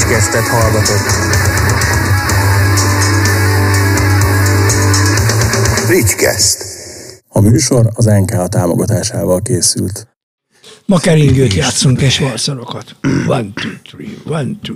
Ricskestet hallgatott. Ricskeszt. A műsor az NK támogatásával készült. Ma keringőt játszunk és valszorokat. 1, 2,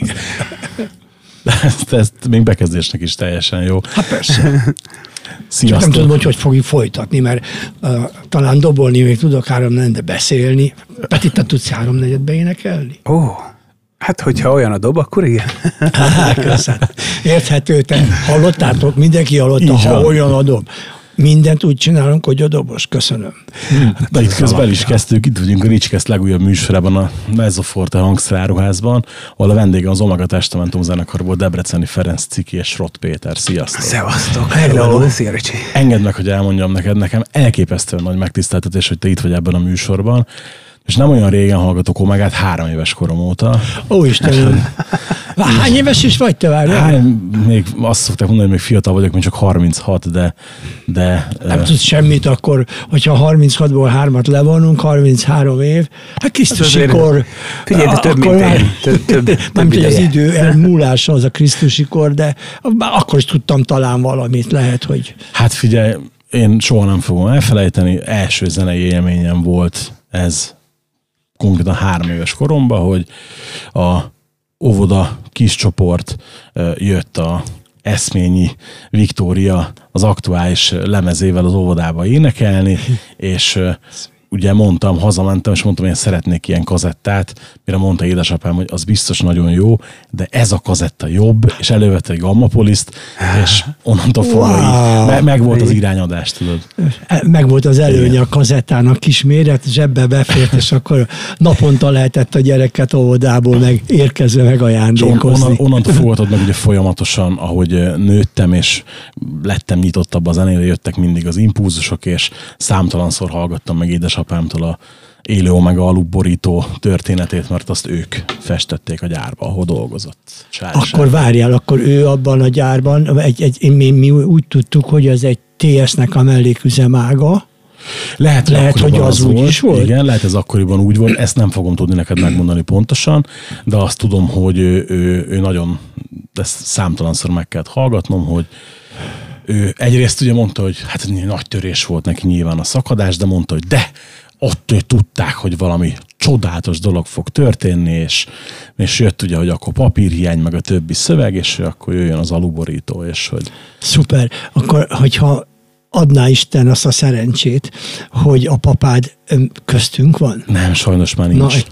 3. Ezt még bekezdésnek is teljesen jó. Hát persze. Sziasztok. Nem tudom, hogy fogjuk folytatni, mert talán dobolni még tudok 3-4, de beszélni. Peti, te tudsz 3-4-be énekelni? Hát, hogyha olyan a dob, akkor igen. Köszönöm. Érthető, te hallottátok, mindenki hallotta, ha olyan a dob. Mindent úgy csinálunk, hogy a dobos. Köszönöm. De itt közben is kezdtük, itt vagyunk a Ricskeszt legújabb műsorában, a Mezzoforte hangszeráruházban, ahol a vendége az Omega Testamentum zenekarból Debreceni Ferenc Ciki és Rott Péter. Sziasztok! Szevasztok! Hello! Szia, Ricsi! Engedd meg, hogy elmondjam neked, nekem elképesztően nagy megtiszteltetés, hogy te itt vagy ebben a műsorban, és nem olyan régen hallgatok Omegát, 3 éves korom óta. Ó, Istenem! Hány éves is vagy te, várjál? Még azt szokták mondani, hogy még fiatal vagyok, mint csak 36, de nem tudsz semmit akkor, hogyha 36-ból 3-at levonunk, 33 év, hát Krisztusi kor. Figyelj, de több, mint én. Nem tudom, az idő elmúlása az a Krisztusi kor, de akkor is tudtam talán valamit, lehet, hogy... Hát figyelj, én soha nem fogom elfelejteni, első zenei élményem volt ez konkrétan 3 éves koromban, hogy a óvoda kis csoport jött a Eszményi Viktória az aktuális lemezével az óvodába énekelni, és ugye hazamentem, és mondtam, hogy én szeretnék ilyen kazettát, mire mondta édesapám, hogy az biztos nagyon jó, de ez a kazetta jobb, és elővette egy Gammapoliszt, és onnantól fogva meg volt az irányadás, tudod. Meg volt az előnye a kazettának, kis méret, zsebbe befért, és akkor naponta lehetett a gyereket óvodából meg érkezve megajándékozni. Onnantól fogadtad meg ugye folyamatosan, ahogy nőttem, és lettem nyitottabb a zenére, jöttek mindig az impulzusok, és számtalanszor hallgattam meg édesapámtól a Élő Omega alupborító történetét, mert azt ők festették a gyárba, ahol dolgozott. Akkor várjál, akkor ő abban a gyárban, mi úgy tudtuk, hogy ez egy TS-nek a melléküzemága. Lehet, hogy az úgy is volt. Igen, lehet ez akkoriban úgy volt, ezt nem fogom tudni neked megmondani pontosan, de azt tudom, hogy ő nagyon, ezt számtalanszor meg kellett hallgatnom, hogy ő egyrészt ugye mondta, hogy hát nagy törés volt neki nyilván a szakadás, de mondta, hogy ott tudták, hogy valami csodálatos dolog fog történni, és jött ugye, hogy akkor papírhiány, meg a többi szöveg, és akkor jöjjön az aluborító, és hogy... Szuper. Akkor, hogyha adná Isten azt a szerencsét, hogy a papád köztünk van? Nem, sajnos már nincs.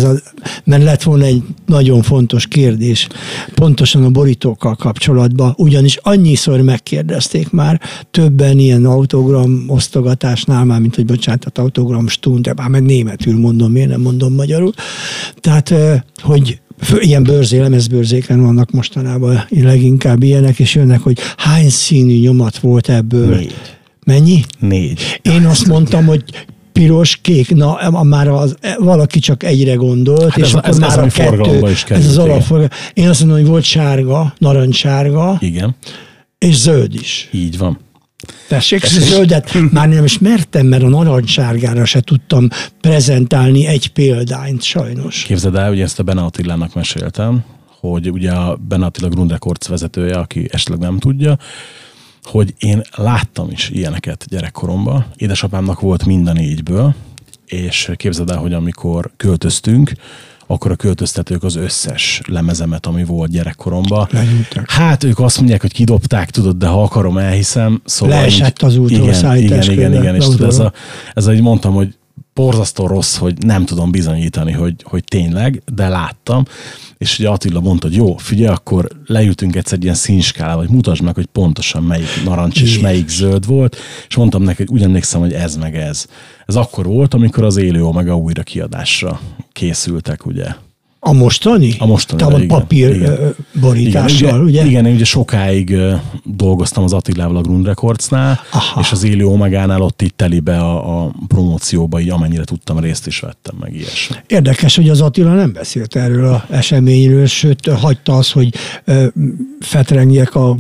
Mert lett volna egy nagyon fontos kérdés, pontosan a borítókkal kapcsolatban, ugyanis annyiszor megkérdezték már, többen ilyen autogram osztogatásnál, már mint hogy bocsánat, autogram stund, de már meg németül mondom, miért nem mondom magyarul. Tehát, hogy ilyen lemezbőrzéken vannak mostanában leginkább ilyenek, és jönnek, hogy hány színű nyomat volt ebből. 4. Mennyi? 4. Én azt mondtam, hogy piros, kék, már valaki csak egyre gondolt, hát és akkor már a 2, ez az alapforgalom. Én azt mondom, hogy volt sárga, narancssárga, igen, és zöld is. Így van. Tessék, zöldet már nem is mertem, mert a narancssárgára se tudtam prezentálni egy példányt, sajnos. Képzeld el, ugye ezt a Bene Attilának meséltem, hogy ugye a Bene Attila Grund Records vezetője, aki esetleg nem tudja, hogy én láttam is ilyeneket gyerekkoromban. Édesapámnak volt mind a 4-ből, és képzeld el, hogy amikor költöztünk, akkor a költöztetők az összes lemezemet, ami volt gyerekkoromban. Lenyújtak. Hát ők azt mondják, hogy kidobták, tudod, de ha akarom, elhiszem. Szóval leesett az útról szállítás. Igen, és tudod, ez ahogy mondtam, hogy borzasztó rossz, hogy nem tudom bizonyítani, hogy tényleg, de láttam. És ugye Attila mondta, hogy jó, figyelj, akkor leültünk egyszer ilyen színskálá, vagy mutasd meg, hogy pontosan melyik narancs és melyik zöld volt, és mondtam neki, hogy úgy emlékszem, hogy ez meg ez. Ez akkor volt, amikor az Élő Omega újra kiadásra készültek, ugye. A mostani? A mostani. Tehát a papír borítással, ugye? Igen, én ugye sokáig dolgoztam az Attilával a Grund Recordsnál, és az Élő Omegánál ott így telibe a promócióba, így amennyire tudtam, részt is vettem meg ilyesmi. Érdekes, hogy az Attila nem beszélt erről az eseményről, sőt, hagyta az, hogy fetrengjek a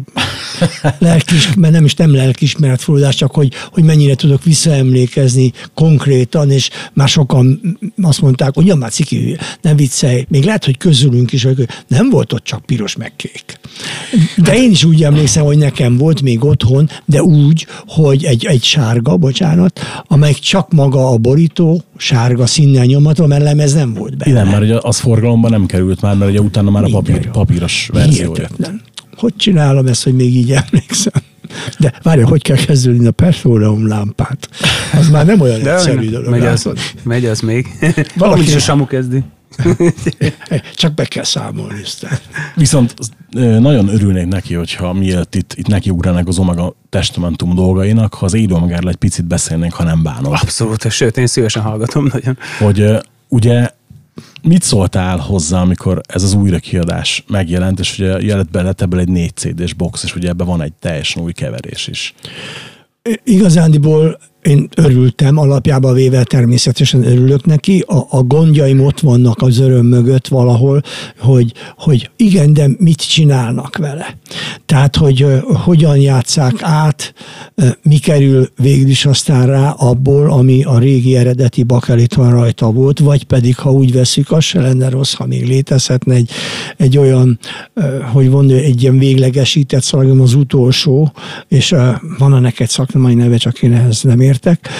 nem lelkiismeretfordulás, csak hogy mennyire tudok visszaemlékezni konkrétan, és már sokan azt mondták, hogy már Ciki, ne viccelj, még lehet, hogy közülünk is, hogy nem volt ott csak piros meg kék. De én is úgy emlékszem, hogy nekem volt még otthon, de úgy, hogy egy sárga, bocsánat, amely csak maga a borító, sárga színnel nyomatva, mert lemez nem volt benne. Igen, mert ugye az forgalomban nem került már, mert ugye utána már a papíros verzió jött. Hogy csinálom ezt, hogy még így emlékszem? De várjál, hogy kell kezdődni a perfóreum lámpát? Az már nem olyan egyszerű dolog. Megy az még. Valahogy is a Samu kezdi. Csak be kell számolni. Viszont nagyon örülnék neki, hogyha mielőtt itt nekiugranak az Omega Testamentum dolgainak, ha az élő Omegáról egy picit beszélnénk, ha nem bánod. Abszolút, sőt, én szívesen hallgatom nagyon. Hogy ugye mit szóltál hozzá, amikor ez az újrakiadás megjelent, és ugye jelent bele ebből egy 4 CD-s box, és ugye ebben van egy teljesen új keverés is. Igazándiból én örültem, alapjában véve természetesen örülök neki. A gondjaim ott vannak az öröm mögött valahol, hogy igen, de mit csinálnak vele. Tehát, hogy hogyan játsszák át, mi kerül végül is aztán rá abból, ami a régi eredeti bakeliton rajta volt, vagy pedig, ha úgy veszük, az se lenne rossz, ha még létezhetne egy olyan, hogy mondja, egy ilyen véglegesített szalagom, az utolsó, és van a neked szakmai neve, csak én ehhez nem értek.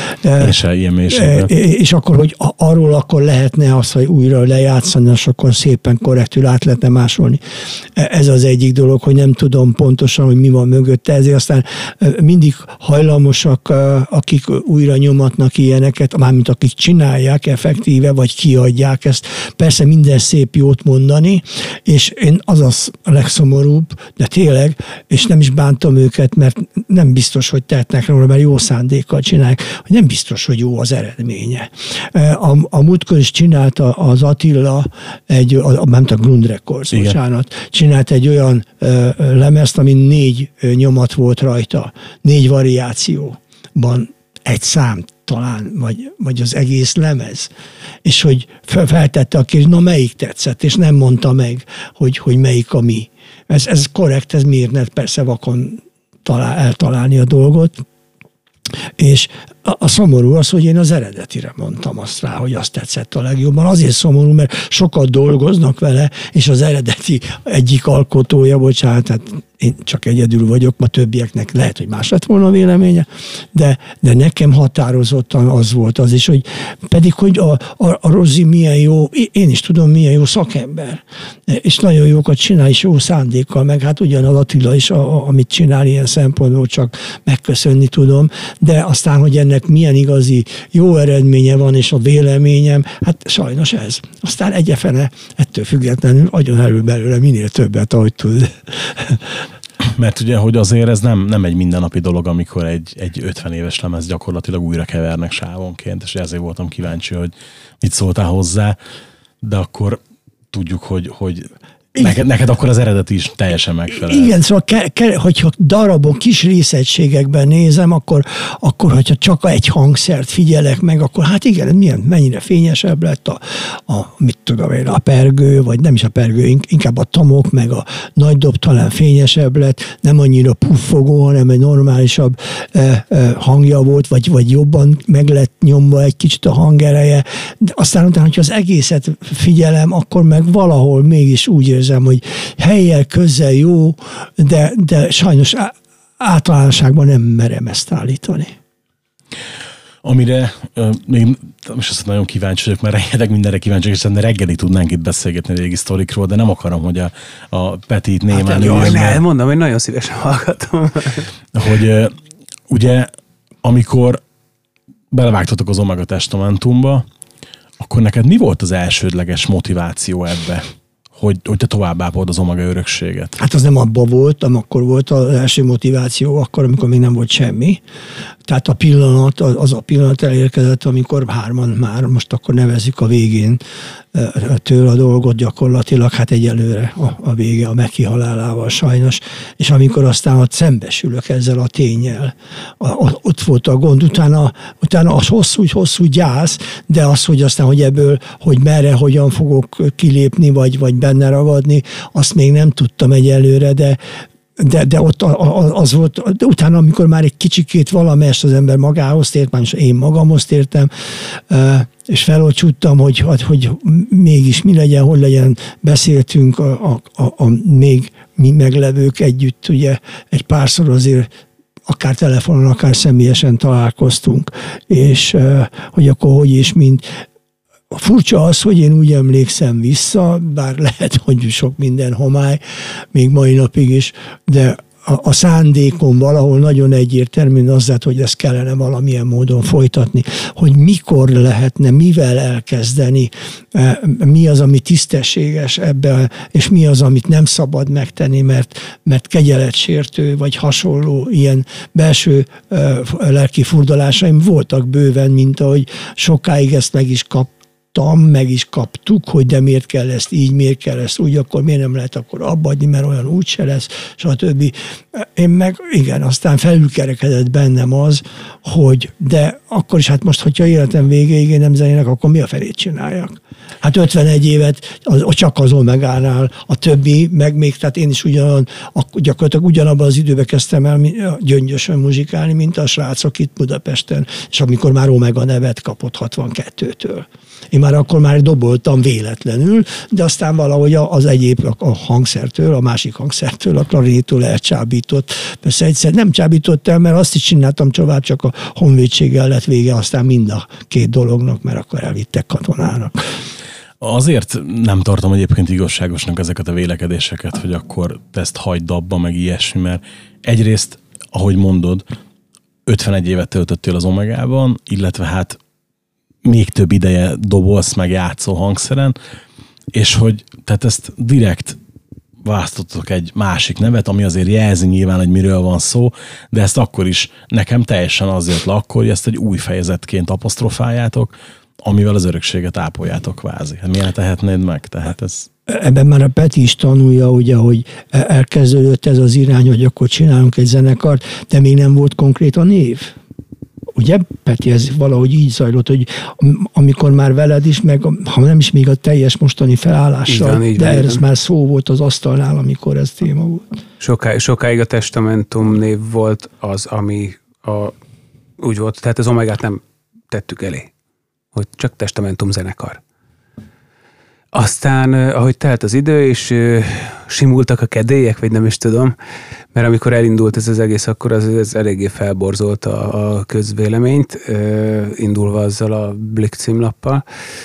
És akkor, hogy arról akkor lehetne azt, hogy újra lejátszani, és akkor szépen korrektül át lehetne másolni. Ez az egyik dolog, hogy nem tudom pontosan, hogy mi van mögötte, ezért aztán mindig hajlamosak, akik újra nyomatnak ilyeneket, mármint akik csinálják effektíve, vagy kiadják ezt. Persze minden szép jót mondani, és én az a legszomorúbb, de tényleg, és nem is bántom őket, mert nem biztos, hogy tehetnek róla, mert jó szándékkal csinálják, hogy nem biztos, hogy jó az eredménye. A múltkor is csinálta az Attila nem a Grund Records, bocsánat, csinált egy olyan lemezt, ami 4 nyomat volt rajta, 4 variációban, egy szám talán, vagy az egész lemez. És hogy feltette a kérdést, na melyik tetszett, és nem mondta meg, hogy melyik a mi. Ez korrekt, ez miért ne persze vakon eltalálni a dolgot. És a szomorú az, hogy én az eredetire mondtam azt rá, hogy azt tetszett a legjobban. Azért szomorú, mert sokat dolgoznak vele, és az eredeti egyik alkotója, bocsánat, tehát én csak egyedül vagyok, ma többieknek lehet, hogy más lett volna a véleménye, de nekem határozottan az volt az is, hogy pedig, hogy a Rozi milyen jó, én is tudom, milyen jó szakember, és nagyon jókat csinál, és jó szándékkal, meg hát ugyanaz Attila is, amit csinál ilyen szempontból, csak megköszönni tudom, de aztán, hogy ennek milyen igazi jó eredménye van, és a véleményem, hát sajnos ez. Aztán egyefene ettől függetlenül agyon elő belőle minél többet, ahogy tud. Mert ugye, hogy azért ez nem egy mindennapi dolog, amikor egy 50 éves lemez gyakorlatilag újra kevernek sávonként, és ezért voltam kíváncsi, hogy mit szóltál hozzá, de akkor tudjuk, hogy neked akkor az eredeti is teljesen megfelel. Igen, szóval hogyha darabon, kis részegységekben nézem, akkor hogyha csak egy hangszert figyelek meg, akkor hát igen, mennyire fényesebb lett mit tudom én, a pergő, vagy nem is a pergő, inkább a tomok, meg a nagy dob talán fényesebb lett, nem annyira puffogó, hanem egy normálisabb hangja volt, vagy jobban meg lett nyomva egy kicsit a hangereje. De aztán utána, hogyha az egészet figyelem, akkor meg valahol mégis úgy érzem, hogy hellyel, közel jó, de sajnos általánosságban nem merem ezt állítani. Amire még most azt nagyon kíváncsi vagyok, mert rengeteg mindenre kíváncsi vagyok, és reggelig tudnánk itt beszélgetni régi sztorikról, de nem akarom, hogy a Peti itt némán üljön. Mondom, hogy nagyon szívesen hallgatom. Hogy ugye, amikor belevágtatok az Omega Testamentumba, akkor neked mi volt az elsődleges motiváció ebbe? Hogy te továbbápold az Omega örökséget? Hát az nem abban volt, akkor volt az első motiváció, akkor, amikor még nem volt semmi. Tehát az a pillanat elérkezett, amikor hárman már, most akkor nevezzük a végén től a dolgot gyakorlatilag, hát egyelőre a vége, a Meki halálával sajnos, és amikor aztán ott szembesülök ezzel a ténnyel, ott volt a gond, utána az hosszú gyász, de az, hogy aztán, hogy ebből, hogy merre, hogyan fogok kilépni, vagy benne ragadni, azt még nem tudtam egyelőre, de de ott az volt, de utána, amikor már egy kicsikét valamelyest az ember magához tért, már én magamhoz tértem, és felocsúttam, hogy mégis mi legyen, hogy legyen, beszéltünk a még mi meglevők együtt, ugye egy párszor azért akár telefonon, akár személyesen találkoztunk, és hogy akkor hogy és mint. Furcsa az, hogy én úgy emlékszem vissza, bár lehet, hogy sok minden homály, még mai napig is, de a szándékom valahol nagyon egyértelműen az lett, hogy ezt kellene valamilyen módon folytatni, hogy mikor lehetne, mivel elkezdeni, mi az, ami tisztességes ebben, és mi az, amit nem szabad megtenni, mert kegyeletsértő, vagy hasonló ilyen belső lelki furdalásaim voltak bőven, mint ahogy sokáig ezt meg is kaptuk, hogy de miért kell ezt így, miért kell ezt úgy, akkor miért nem lehet akkor abba adni, mert olyan úgyse lesz, stb. Én meg igen, aztán felülkerekedett bennem az, hogy de akkor is hát most, hogyha életem végéig én nem zenének, akkor mi a felét csináljak? Hát 51 évet csak az Omegánál, a többi, meg még, tehát én is gyakorlatilag ugyanabban az időben kezdtem el Gyöngyösön muzsikálni, mint a srácok itt Budapesten, és amikor már Omega nevet kapott 62-től. Én már akkor már doboltam véletlenül, de aztán valahogy az egyéb a hangszertől, a másik hangszertől, a klarinétől elcsábított. Persze egyszer nem csábított el, mert azt is csináltam tovább, csak a honvédséggel lett vége aztán mind a két dolognak, mert akkor elvittek katonának. Azért nem tartom egyébként igazságosnak ezeket a vélekedéseket, hogy akkor te ezt hagyd abba, meg ilyesmi, mert egyrészt, ahogy mondod, 51 évet töltöttél az Omegában, illetve hát még több ideje dobolsz, meg játszol hangszeren, és hogy tehát ezt direkt választottok egy másik nevet, ami azért jelzi nyilván, hogy miről van szó, de ezt akkor is nekem teljesen azért le akkor, hogy ezt egy új fejezetként apostrofáljátok, amivel az örökséget ápoljátok kvázi. Hát miért tehetnéd meg? Tehát ez... Ebben már a Peti is tanulja, ugye, hogy elkezdődött ez az irány, hogy akkor csinálunk egy zenekart, de még nem volt konkrét a név. Ugye, Peti, ez valahogy így zajlott, hogy amikor már veled is, meg ha nem is még a teljes mostani felállással, így van, ez már szó volt az asztalnál, amikor ez téma volt. Sokáig a Testamentum név volt az, ami úgy volt, tehát az Omegát nem tettük elé, hogy csak Testamentum zenekar. Aztán, ahogy telt az idő, és simultak a kedélyek, vagy nem is tudom, mert amikor elindult ez az egész, akkor ez eléggé felborzolta a közvéleményt, indulva azzal a Blick címlappal,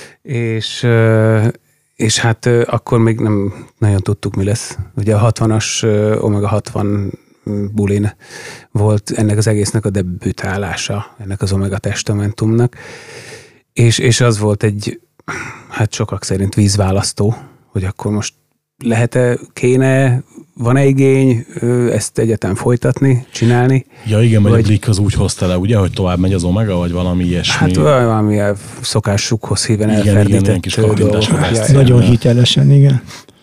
és hát akkor még nem nagyon tudtuk, mi lesz. Ugye a 60-as Omega 60 bulin volt ennek az egésznek a debütálása, ennek az Omega Testamentumnak, és az volt egy, hát sokak szerint vízválasztó, hogy akkor most lehet-e, kéne, van-e igény ezt egyetem folytatni, csinálni? Ja igen, vagy a Blick az úgy hozta le, ugye, hogy tovább megy az Omega, vagy valami ilyesmi? Hát valami szokásukhoz híven elferdített kis dolgok. Nagyon hitelesen, igen.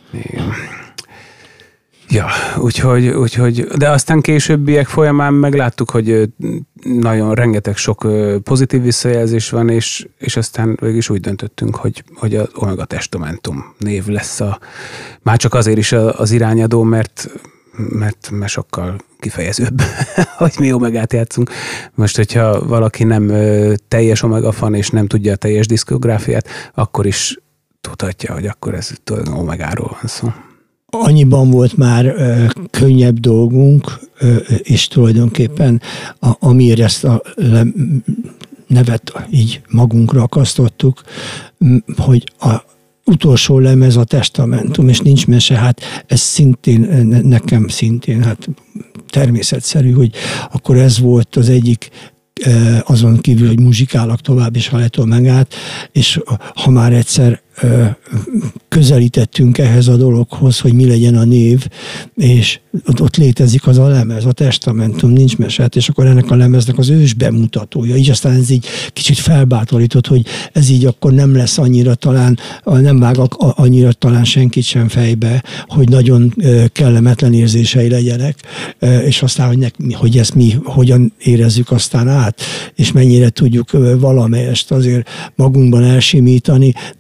Ja, úgyhogy, de aztán későbbiek folyamán megláttuk, hogy nagyon rengeteg sok pozitív visszajelzés van, és aztán végig is úgy döntöttünk, hogy az Omega Testamentum név lesz már csak azért is az irányadó, mert sokkal kifejezőbb, hogy mi Omegát játszunk. Most, hogyha valaki nem teljes Omega fan, és nem tudja a teljes diszkográfiát, akkor is tudhatja, hogy akkor ez Omegáról van szó. Annyiban volt már könnyebb dolgunk, és tulajdonképpen amiért ezt a nevet így magunkra akasztottuk, hogy a utolsó lemez a Testamentum, és nincs mese, hát ez szintén, nekem szintén, hát természetszerű, hogy akkor ez volt az egyik, azon kívül, hogy muzsikálok tovább, és ha lehet Omegát, és ha már egyszer közelítettünk ehhez a dologhoz, hogy mi legyen a név, és ott létezik az a lemez, a Testamentum, nincs mese, és akkor ennek a lemeznek az ős bemutatója. Így aztán ez így kicsit felbátorított, hogy ez így akkor nem lesz annyira talán, nem vág annyira talán senkit sem fejbe, hogy nagyon kellemetlen érzései legyenek, és aztán, hogy ezt mi hogyan érezzük aztán át, és mennyire tudjuk valamelyest azért magunkban elsimítani, és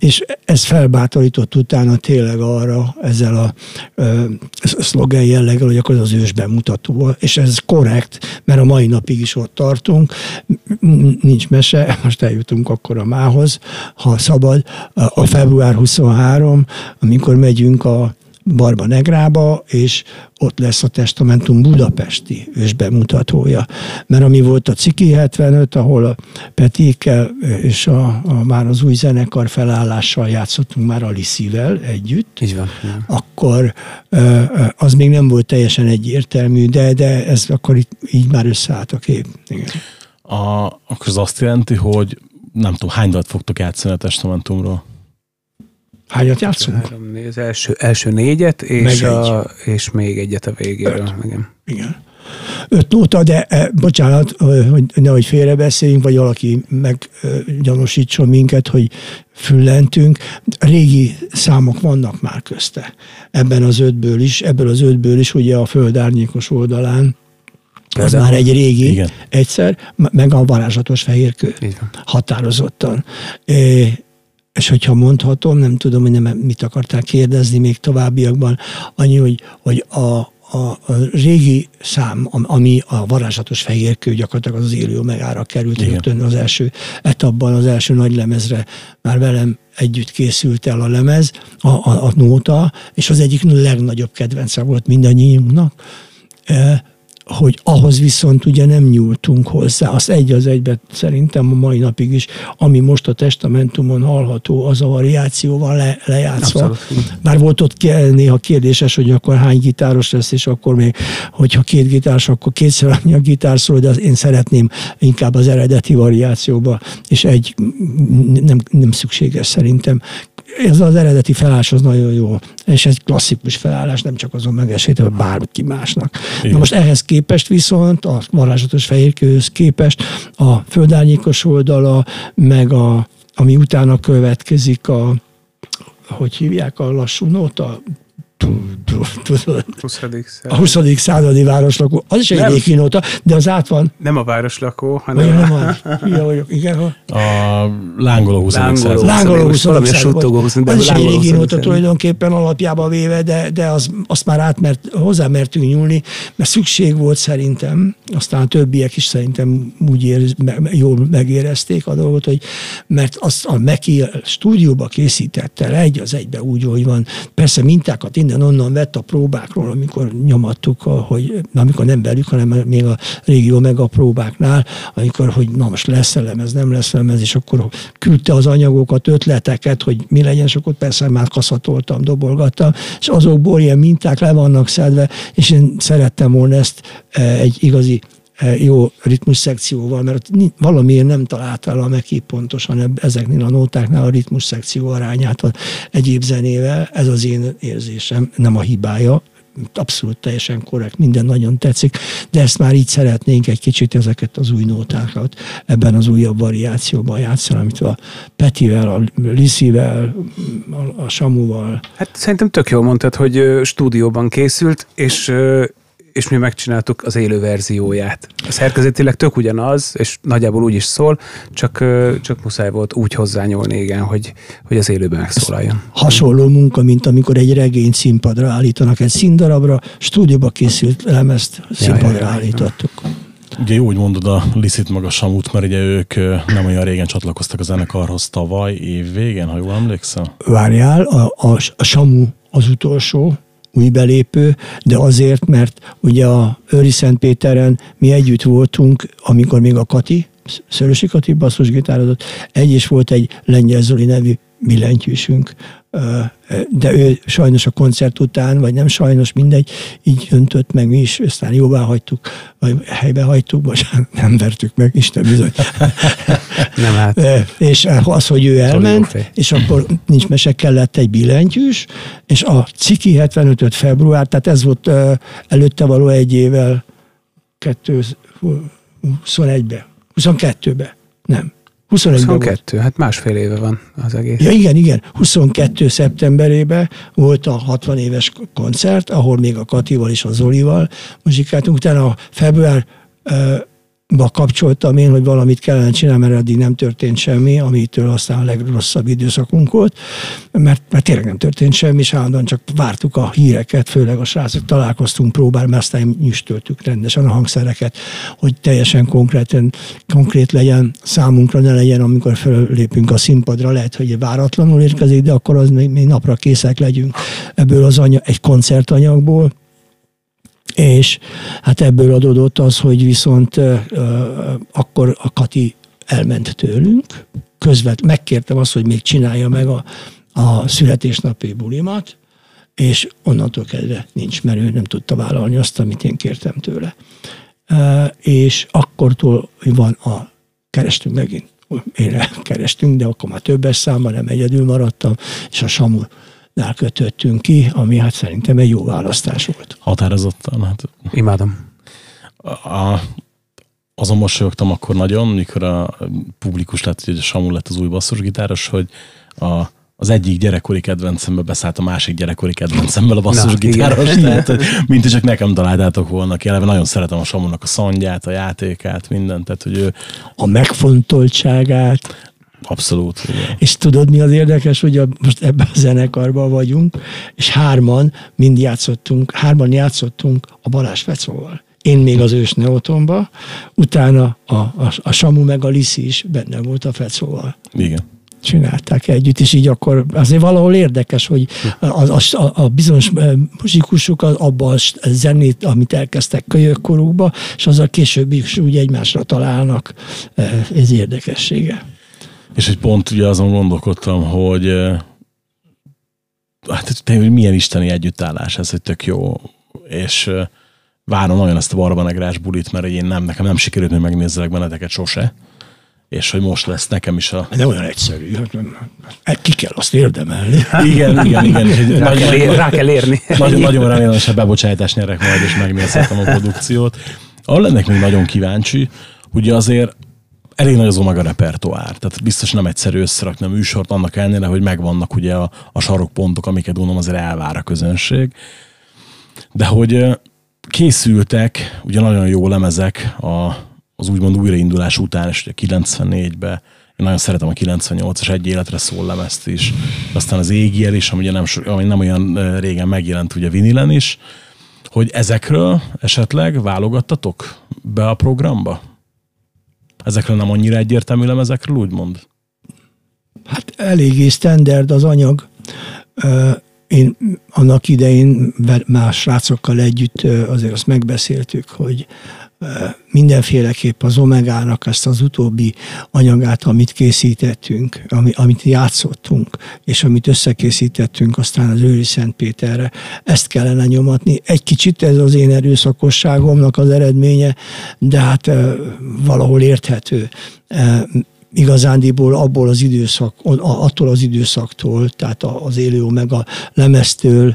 ez felbátorított utána tényleg arra, ezzel a szlogen jelleggel, hogy akkor az ős bemutató. És ez korrekt, mert a mai napig is ott tartunk. Nincs mese, most eljutunk akkor a mához, ha szabad. A február 23, amikor megyünk a Barba Negrába, és ott lesz a Testamentum budapesti ősbemutatója. Mert ami volt a Ciki 75, ahol a Petékkel és már az új zenekar felállással játszottunk már a Liszivel együtt, így van. akkor az még nem volt teljesen egyértelmű, de ez akkor így már összeállt a kép. Igen. Akkor az azt jelenti, hogy nem tudom, hány dalt fogtok játszani a Testamentumról? Hányat játszunk? Az első 4-et, és még egyet a végéről. Igen. 5 nóta, de bocsánat, hogy nehogy félrebeszéljünk, vagy valaki meggyanúsítson minket, hogy füllentünk. Régi számok vannak már közte. Ebből az 5-ből is, ugye a földárnyékos oldalán, az már egy régi, igen. Egyszer, meg a varázslatos fehérkő. Határozottan. És hogyha mondhatom, nem tudom, hogy mit akarták kérdezni még továbbiakban, annyi, hogy a régi szám, ami a varázslatos fehérkő, gyakorlatilag az élő megára került, rögtön az első etapban, az első nagy lemezre már velem együtt készült el a lemez, a nóta, és az egyik legnagyobb kedvence volt mindannyiunknak, hogy ahhoz viszont ugye nem nyúltunk hozzá. Azt egy az egybe szerintem a mai napig is, ami most a Testamentumon hallható, az a variációval lejátszva. Abszolút. Bár volt ott néha kérdéses, hogy akkor hány gitáros lesz, és akkor még, hogyha 2 gitáros, akkor 2-szer annyi a gitár szól, de én szeretném inkább az eredeti variációba, és nem szükséges szerintem. Ez az eredeti felállás az nagyon jó, és ez klasszikus felállás, nem csak azon megesítve, bárki másnak. Igen. Na most ehhez képest viszont, a varázslatos fehérkőhöz képest a földárnyékos oldala, meg ami utána következik hogy hívják a lassú nóta? A 20. századi városlakó. Az is egy régi nóta, de az át van. Nem a városlakó, hanem igen. A lángoló 20. század. Lángoló 20. század. Az is egy régi nóta tulajdonképpen alapjába véve, de azt már hozzá mertünk nyúlni, mert szükség volt szerintem, aztán a többiek is szerintem jól megérezték a dolgot, hogy mert azt a Meki stúdióba készítette le egy az egybe úgy, hogy van. Persze mintákat onnan vett a próbákról, amikor nyomattuk, amikor nem velük, hanem még a régió meg a próbáknál, amikor, hogy na most lesz lemez, nem lesz lemez, és akkor küldte az anyagokat, ötleteket, hogy mi legyen, és akkor persze már kaszatoltam, dobolgattam, és azokból ilyen minták le vannak szedve, és én szerettem volna ezt egy igazi jó ritmus szekcióval, mert valamiért nem találtál a Meki pontosan ezeknél a nótáknál a ritmus szekció arányát az egyéb zenével. Ez az én érzésem, nem a hibája, abszolút teljesen korrekt, minden nagyon tetszik, de ezt már így szeretnénk egy kicsit ezeket az új nótákat ebben az újabb variációban játszani, amit a Petivel, a Liszivel, a Samuval. Hát szerintem tök jól mondtad, hogy stúdióban készült, és mi megcsináltuk az élő verzióját. A szerkezetileg tök ugyanaz, és nagyjából úgy is szól, csak muszáj volt úgy hozzányúlni, igen, hogy az élőben megszólaljon. Hasonló munka, mint amikor egy regényt színpadra állítanak egy színdarabra, stúdióba készült lemezt színpadra állítottuk. Ugye jó, hogy mondod a Liszit meg a Samut, mert ugye ők nem olyan régen csatlakoztak a zenekarhoz, tavaly év végén, ha jól emlékszel? Várjál, a Samu az utolsó új belépő, de azért, mert ugye a Őri-Szentpéteren mi együtt voltunk, amikor még a Kati, Szörösi Kati basszusgitározott, és volt egy Lengyel Zoli nevű billentyűsünk, de ő sajnos a koncert után, vagy nem sajnos, mindegy, így öntött meg, mi is, aztán jóvá hagytuk, vagy helybe hagytuk, vagy nem vertük meg, Isten bizony. Nem hát. És az, hogy ő elment, és akkor nincs mese, kellett egy billentyűs, és a Ciki 75. február, tehát ez volt előtte való egy évvel 22-be, nem. 22, hát másfél éve van az egész. Ja, igen. 22. szeptemberében volt a 60 éves koncert, ahol még a Katival és a Zolival muzsikáltunk. Utána a február kapcsoltam én, hogy valamit kellene csinálni, mert eddig nem történt semmi, amitől aztán a legrosszabb időszakunk volt, mert tényleg nem történt semmi, és állandóan csak vártuk a híreket, főleg a srácok találkoztunk, próbálni, mert aztán nyüstöltük rendesen a hangszereket, hogy teljesen konkrét legyen, számunkra ne legyen, amikor fölépünk a színpadra, lehet, hogy váratlanul érkezik, de akkor az még napra készek legyünk ebből egy koncertanyagból. És hát ebből adódott az, hogy viszont akkor a Kati elment tőlünk, megkértem azt, hogy még csinálja meg a születésnapi bulimat, és onnantól kezdve nincs, mert ő nem tudta vállalni azt, amit én kértem tőle. És akkortól kerestünk megint. Kerestünk, de akkor már többes számban, nem egyedül maradtam, és a Samu kötöttünk ki, ami hát szerintem egy jó választás volt. Határozottan. Hát. Imádom. Azon mosolyogtam akkor nagyon, mikor a publikus lett, hogy a Samu lett az új basszusgitáros, hogy az egyik gyerekkori kedvencembe beszállt a másik gyerekkori kedvencemmel a basszusgitáros. Tehát, mint csak nekem találtátok volna ki. Eleve nagyon szeretem a Samunak a szandját, a játékát, mindent. Tehát, hogy ő... A megfontoltságát. Abszolút. Igen. És tudod, mi az érdekes, hogy most ebben a zenekarban vagyunk, és hárman játszottunk a Balázs Fecóval. Én még az Ős Neotonba, utána a Samu meg a Liszi is benne volt a Fecóval. Igen. Csinálták együtt, és így akkor azért valahol érdekes, hogy a bizonyos muzsikusok abban a zenét, amit elkezdtek kölyökkorukba, és azzal később is úgy egymásra találnak, ez érdekessége. És egy pont ugye azon gondolkodtam, hogy milyen isteni együttállás ez, hogy tök jó. És várom nagyon ezt a Barbanegrás bulit, mert nekem nem sikerült, hogy megnézzelek benneteket sose. És hogy most lesz nekem is a... De olyan egyszerű. Ki kell azt érdemelni. Igen. Rá kell érni. Nagyon remélem, hogy bebocsájtást nyerek majd, és megnézhetem a produkciót. Ahol lennék még nagyon kíváncsi, ugye azért elég nagy az Omega repertoár, tehát biztos nem egyszerű összerakni a műsort, annak ellenére, hogy megvannak ugye a sarokpontok, amiket gondolom azért elvár a közönség. De hogy készültek ugye nagyon jó lemezek az úgymond újraindulás után, és ugye 94-ben, én nagyon szeretem a 98-as Egy életre szól lemezt is, aztán az Égiel is, ami nem olyan régen megjelent ugye vinilen is, hogy ezekről esetleg válogattatok be a programba? Ezekről nem annyira egyértelmű lemezekről, úgymond? Hát eléggé standard az anyag. Én annak idején más srácokkal együtt azért azt megbeszéltük, hogy mindenféleképp az Omegának ezt az utóbbi anyagát, amit készítettünk, amit játszottunk, és amit összekészítettünk aztán az Őri Szentpéterre, ezt kellene nyomatni. Egy kicsit ez az én erőszakosságomnak az eredménye, de hát valahol érthető. Igazándiból attól az időszaktól, tehát az Élő Omega lemeztől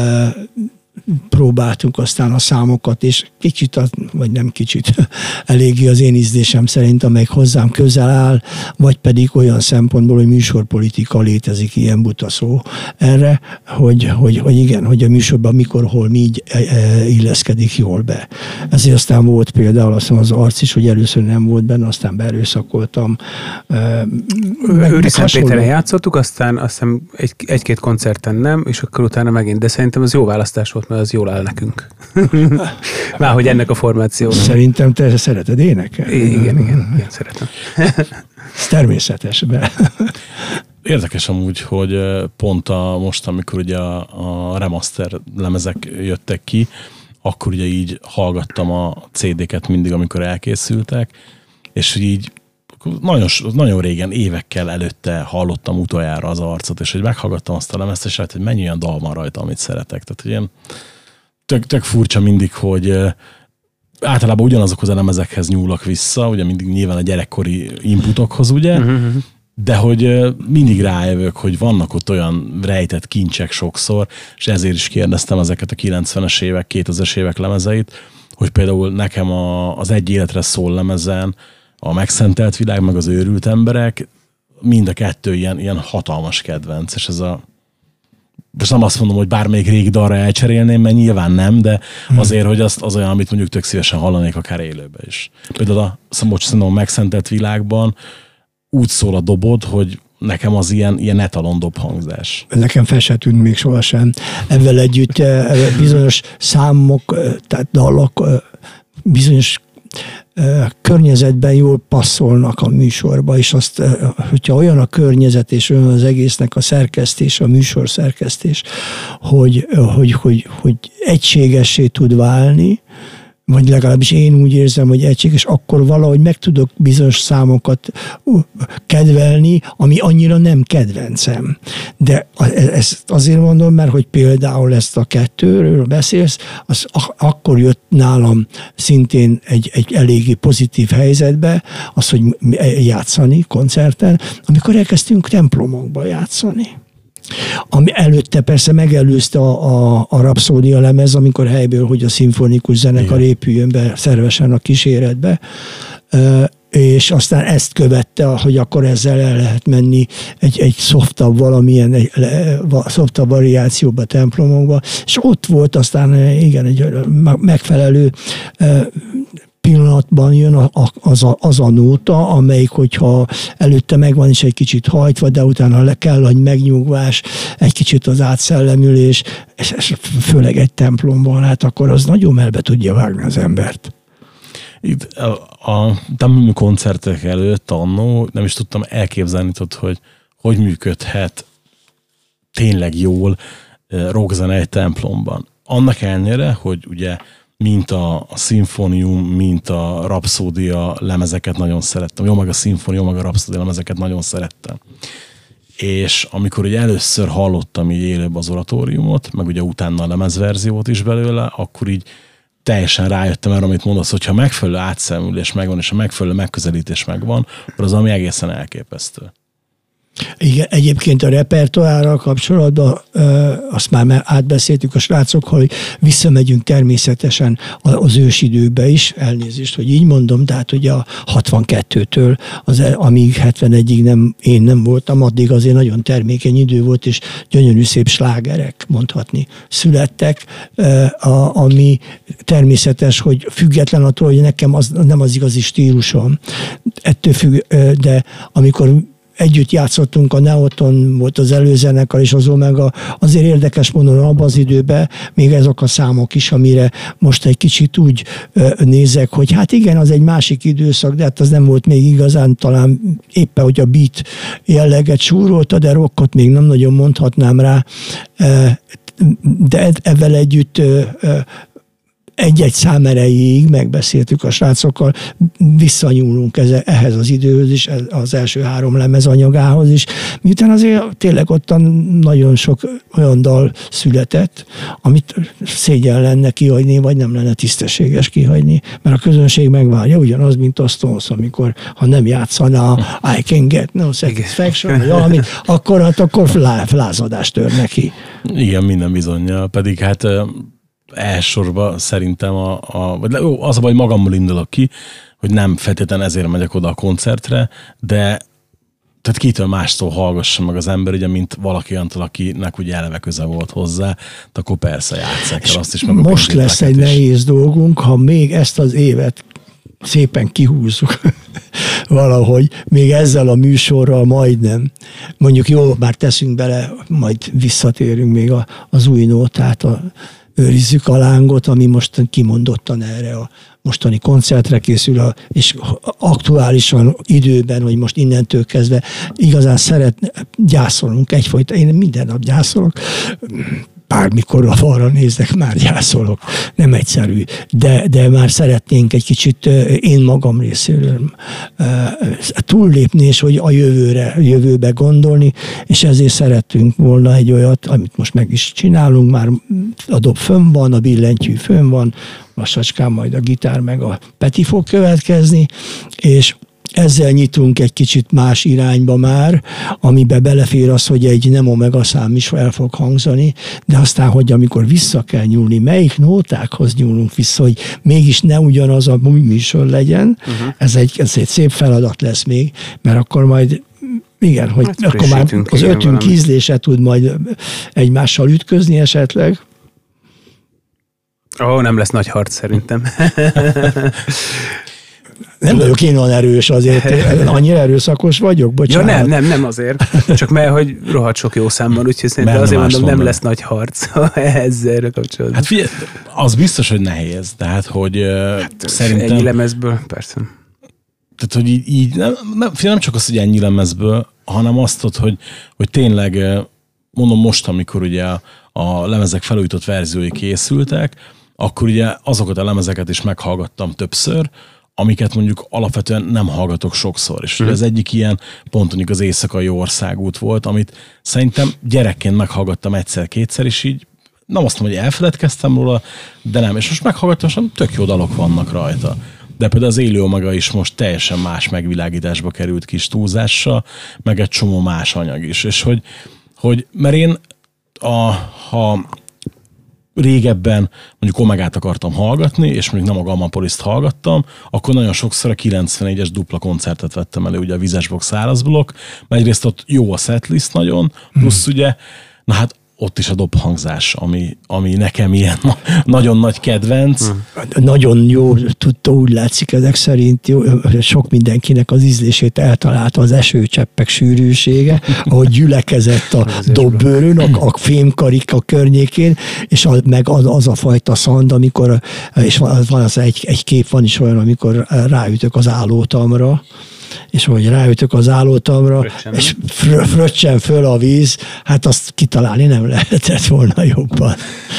próbáltunk aztán a számokat, és kicsit, vagy nem kicsit, eléggé az én ízlésem szerint, amelyik hozzám közel áll, vagy pedig olyan szempontból, hogy műsorpolitika létezik, ilyen buta szó erre, hogy igen, hogy a műsorban mikor, hol, mi illeszkedik jól be. Ezért aztán volt például azt az Arc is, hogy először nem volt benne, aztán beerőszakoltam. Őri Szentpéteren játszottuk, aztán egy-két koncerten nem, és akkor utána megint, de szerintem az jó választás volt, mert az jól áll nekünk. Már hogy ennek a formációnak. Szerintem te szereted énekelni. Igen, szeretem. Ez természetes. Érdekes amúgy, hogy pont most, amikor ugye a remaster lemezek jöttek ki, akkor ugye így hallgattam a CD-ket mindig, amikor elkészültek, és így nagyon régen, évekkel előtte hallottam utoljára az Arcot, és hogy meghallgattam azt a lemezt, és hát, hogy mennyi olyan dal van rajta, amit szeretek. Tehát, hogy ilyen tök furcsa mindig, hogy általában ugyanazokhoz a lemezekhez nyúlok vissza, ugye mindig nyilván a gyerekkori inputokhoz, ugye, de hogy mindig rájövök, hogy vannak ott olyan rejtett kincsek sokszor, és ezért is kérdeztem ezeket a 90-es évek, 2000-es évek lemezeit, hogy például nekem az Egy életre szól lemezen a Megszentelt világ, meg az Őrült emberek, mind a kettő ilyen hatalmas kedvenc, és ez most nem azt mondom, hogy bármelyik régi dalra elcserélném, mert nyilván nem, de azért, hogy az olyan, amit mondjuk tök szívesen hallanék akár élőben is. Például szerintem a Megszentelt világban úgy szól a dobod, hogy nekem az ilyen etalon dobhangzás. Nekem fel se tűnt még sohasem. Ezzel együtt bizonyos számok, tehát dalok bizonyos környezetben jól passzolnak a műsorba, és azt, hogyha olyan a környezet és olyan az egésznek a szerkesztés, a műsor szerkesztés, hogy egységessé tud válni, vagy legalábbis én úgy érzem, hogy egységes, akkor valahogy meg tudok bizonyos számokat kedvelni, ami annyira nem kedvencem. De ezt azért mondom, mert hogy például ezt a kettőről beszélsz, az akkor jött nálam szintén egy eléggé pozitív helyzetbe, az, hogy játszani koncerten, amikor elkezdtünk templomokba játszani. Ami előtte persze megelőzte a Rapszódia lemez, amikor helyből, hogy a szimfonikus zenekar épüljön be szervesen a kíséretbe, és aztán ezt követte, hogy akkor ezzel el lehet menni egy szoftabb valamilyen, szoftabb variációba, templomokba, és ott volt aztán igen, egy megfelelő pillanatban jön az a nóta, amelyik, hogyha előtte megvan is egy kicsit hajtva, de utána kell egy megnyugvás, egy kicsit az átszellemülés, és főleg egy templomban, hát akkor az nagyon melbe tudja vágni az embert. Itt a templom koncertek előtt annó nem is tudtam elképzelni, hogy működhet tényleg jól rockzene egy templomban. Annak ellenére, hogy ugye mint a szimfónium, mint a Rapszódia lemezeket nagyon szerettem. Jó, meg a szimfónia, meg a Rapszódia lemezeket nagyon szerettem. És amikor ugye először hallottam így élőbb az oratóriumot, meg ugye utána a lemezverziót is belőle, akkor így teljesen rájöttem erre, amit mondasz, hogyha megfelelő átszemülés megvan, és a megfelelő megközelítés megvan, akkor az ami egészen elképesztő. Igen, egyébként a repertoárral kapcsolatban azt már átbeszéltük a srácokkal, hogy visszamegyünk természetesen az ősidőkbe is, elnézést, hogy így mondom, tehát ugye a 62-től, amíg 71-ig én nem voltam, addig azért nagyon termékeny idő volt, és gyönyörű szép slágerek, mondhatni, születtek, ami természetes, hogy független attól, hogy nekem az nem az igazi stílusom. Ettől függ, de amikor együtt játszottunk, a Neoton volt az előzenekar és az Omega, azért érdekes módon abban az időben még ezek a számok is, amire most egy kicsit úgy nézek, hogy hát igen, az egy másik időszak, de hát az nem volt még igazán, talán éppen, hogy a beat jelleget súrolta, de rockot még nem nagyon mondhatnám rá, de ezzel együtt egy-egy szám erejéig megbeszéltük a srácokkal, visszanyúlunk ehhez az időhöz is, az első 3 lemez anyagához is, miután azért tényleg ottan nagyon sok olyan dal született, amit szégyen lenne kihagyni, vagy nem lenne tisztességes kihagyni, mert a közönség megvárja, ugyanaz, mint a Stones, amikor ha nem játszaná I Can Get No Satisfaction, vagy valamit, akkor lázadást tör neki. Igen, minden bizonnyal, pedig hát elsősorban szerintem az a baj, magammal indulok ki, hogy nem feltétlenül ezért megyek oda a koncertre, de tehát kitől mástól hallgassa meg az ember, ugye, mint valaki antól, akinek ugye eleve köze volt hozzá, de akkor persze játsszák el azt is. Meg most lesz egy nehéz dolgunk, ha még ezt az évet szépen kihúzzuk valahogy, még ezzel a műsorral majdnem. Mondjuk jó, bár teszünk bele, majd visszatérünk még az új nótát, őrizzük a lángot, ami most kimondottan erre a mostani koncertre készül, és aktuálisan időben, hogy most innentől kezdve igazán gyászolunk egyfajta, én minden nap gyászolok, bármikor a falra nézek, már gyászolok. Nem egyszerű, de már szeretnénk egy kicsit én magam részéről túllépni, és hogy a jövőbe gondolni, és ezért szerettünk volna egy olyat, amit most meg is csinálunk, már a dob fönn van, a billentyű fönn van, lassacskán majd a gitár meg a Peti fog következni, és ezzel nyitunk egy kicsit más irányba már, amibe belefér az, hogy egy nem omega szám is el fog hangzani, de aztán, hogy amikor vissza kell nyúlni, melyik nótákhoz nyúlunk vissza, hogy mégis ne ugyanaz a műsor legyen, ez egy szép feladat lesz még, mert akkor majd Igen, hogy Hát akkor már az ötünk ízlése tud majd egymással ütközni esetleg. Nem lesz nagy harc szerintem. Nem vagyok én olyan erős azért, annyira erőszakos vagyok, bocsánat. Ja, nem azért, csak mert hogy rohadt sok jó számban, úgyhogy szerintem azért mondom, nem lesz nagy harc ezzel kapcsolatban. Hát figyelj, az biztos, hogy nehéz, tehát hogy szerintem... Ennyi lemezből, persze. Tehát, hogy így nem csak az, hogy ennyi lemezből, hanem azt, hogy tényleg, mondom most, amikor ugye a lemezek felújított verziói készültek, akkor ugye azokat a lemezeket is meghallgattam többször, amiket mondjuk alapvetően nem hallgatok sokszor. És ugye az egyik ilyen pont mondjuk az Éjszakai Országút volt, amit szerintem gyerekként meghallgattam egyszer-kétszer, és így nem azt mondom, hogy elfeledkeztem róla, de nem. És most meghallgattam, és tök jó dalok vannak rajta. De például az Élő Omega is most teljesen más megvilágításba került kis túlzással, meg egy csomó más anyag is. És hogy mert én ha régebben mondjuk Omegát akartam hallgatni, és mondjuk nem a Gamma Poliszt hallgattam, akkor nagyon sokszor a 94-es dupla koncertet vettem elő, ugye a Vizesbox szárazblokk, mert egyrészt ott jó a setlist nagyon, plusz ugye, na hát ott is a dobhangzás, ami nekem ilyen nagyon nagy kedvenc. Nagyon jó tudta, úgy látszik ezek szerint, jó, sok mindenkinek az ízlését eltalálta az esőcseppek sűrűsége, ahogy gyülekezett a dobbőrön, a fémkarik a környékén, és meg az a fajta szand, amikor, és van az egy kép van is olyan, amikor ráütök az állótamra, és ahogy ráütök az állótamra, és fröccsen föl a víz, hát azt kitalálni nem lehetett volna jobban.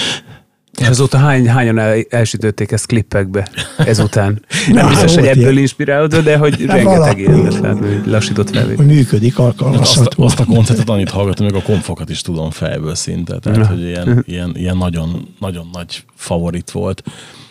És azóta hányan elsütötték ezt klippekbe ezután? Nem biztos, hogy ebből inspirálódva, de hogy rengeteg ilyenet látni, hogy lassított felvétel. Működik, alkalmazható. Azt a koncertet annyit hallgatom, még a konfokat is tudom fejből szinte, tehát hogy ilyen nagyon, nagyon nagy favorit volt.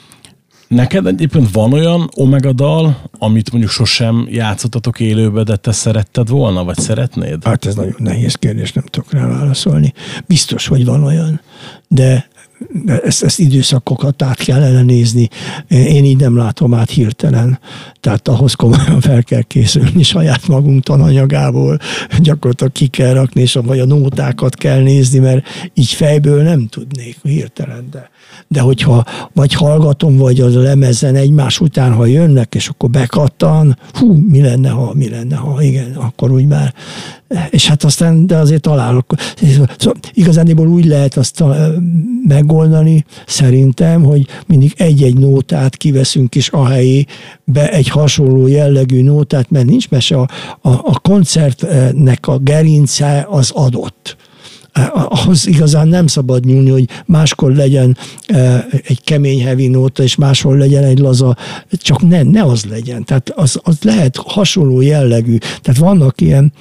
Neked egyébként van olyan Omega dal, amit mondjuk sosem játszottatok élőbe, de te szeretted volna, vagy szeretnéd? Hát ez nagyon nehéz kérdés, nem tudok rá válaszolni. Biztos, hogy van olyan, de ezt időszakokat át kellene nézni. Én így nem látom át hirtelen. Tehát ahhoz komolyan fel kell készülni saját magunk tananyagából, gyakorlatilag ki kell rakni, és vagy a nótákat kell nézni, mert így fejből nem tudnék hirtelen, de hogyha vagy hallgatom, vagy az lemezen egymás után, ha jönnek, és akkor bekattan, mi lenne, ha igen, akkor úgy már. És hát aztán, de azért találok. Szóval igazániból úgy lehet azt megoldani, szerintem, hogy mindig egy-egy nótát kiveszünk, és ahelyébe egy hasonló jellegű nótát, mert nincs mese, a koncertnek a gerince az adott. Ahhoz igazán nem szabad nyúlni, hogy máskor legyen egy kemény heavy nóta, és máshol legyen egy laza, csak ne az legyen. Tehát az lehet hasonló jellegű. Tehát vannak ilyen